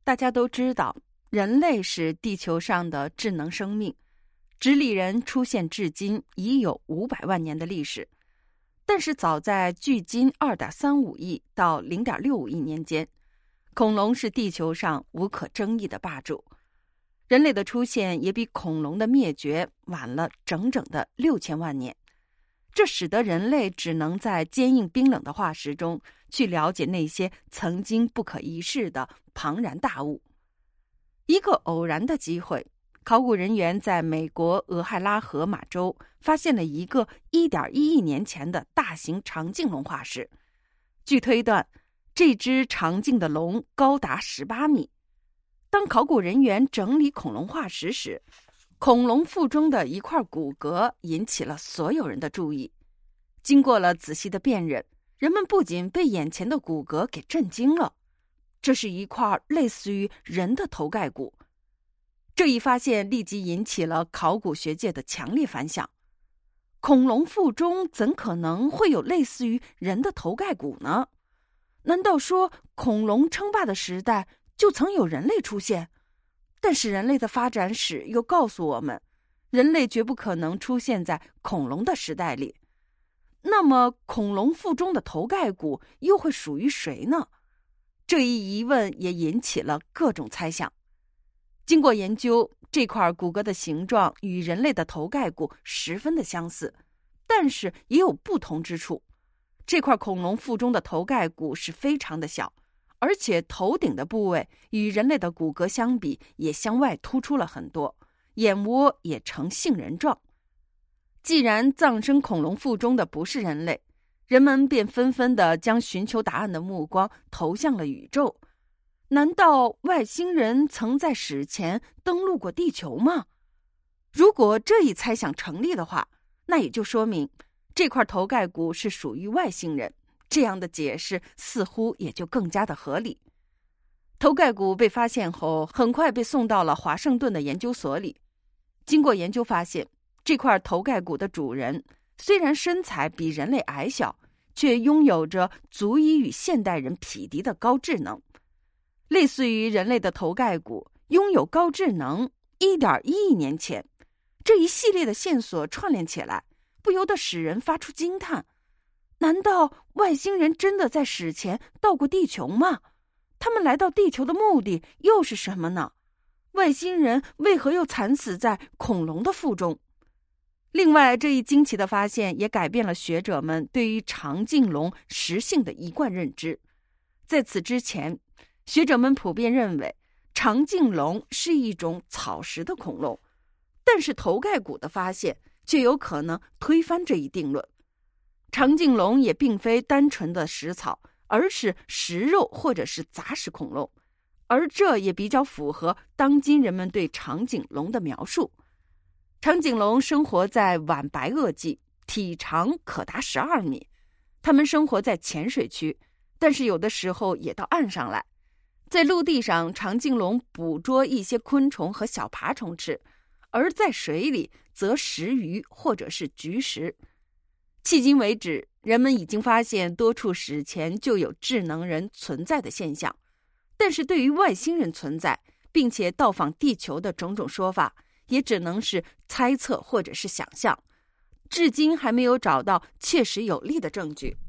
大家都知道，人类是地球上的智能生命，直立人出现至今已有500万年的历史。但是早在距今2.35亿到0.65亿年间，恐龙是地球上无可争议的霸主。人类的出现也比恐龙的灭绝晚了整整的6000万年，这使得人类只能在坚硬冰冷的化石中去了解那些曾经不可一世的庞然大物。一个偶然的机会，考古人员在美国俄亥拉荷马州发现了一个1.1亿年前的大型长颈龙化石。据推断，这只长颈的龙高达18米。当考古人员整理恐龙化石时，恐龙腹中的一块骨骼引起了所有人的注意。经过了仔细的辨认，人们不仅被眼前的骨骼给震惊了，这是一块类似于人的头盖骨。这一发现立即引起了考古学界的强烈反响。恐龙腹中怎可能会有类似于人的头盖骨呢？难道说恐龙称霸的时代就曾有人类出现？但是人类的发展史又告诉我们，人类绝不可能出现在恐龙的时代里。那么恐龙腹中的头盖骨又会属于谁呢？这一疑问也引起了各种猜想。经过研究，这块骨骼的形状与人类的头盖骨十分的相似，但是也有不同之处。这块恐龙腹中的头盖骨是非常的小，而且头顶的部位与人类的骨骼相比也向外突出了很多，眼窝也呈杏仁状。既然葬身恐龙腹中的不是人类，人们便纷纷地将寻求答案的目光投向了宇宙。难道外星人曾在史前登陆过地球吗？如果这一猜想成立的话，那也就说明这块头盖骨是属于外星人，这样的解释似乎也就更加的合理。头盖骨被发现后，很快被送到了华盛顿的研究所里。经过研究发现，这块头盖骨的主人虽然身材比人类矮小，却拥有着足以与现代人匹敌的高智能。类似于人类的头盖骨拥有高智能1.1亿年前，这一系列的线索串联起来，不由得使人发出惊叹。难道外星人真的在史前到过地球吗？他们来到地球的目的又是什么呢？外星人为何又惨死在恐龙的腹中？另外，这一惊奇的发现也改变了学者们对于长颈龙食性的一贯认知。在此之前，学者们普遍认为长颈龙是一种草食的恐龙，但是头盖骨的发现却有可能推翻这一定论。长颈龙也并非单纯的食草，而是食肉或者是杂食恐龙，而这也比较符合当今人们对长颈龙的描述。长颈龙生活在晚白垩纪，体长可达12米。它们生活在浅水区，但是有的时候也到岸上来。在陆地上，长颈龙捕捉一些昆虫和小爬虫吃，而在水里则食鱼或者是菊食。迄今为止，人们已经发现多处史前就有智能人存在的现象，但是对于外星人存在并且到访地球的种种说法，也只能是猜测或者是想象，至今还没有找到切实有力的证据。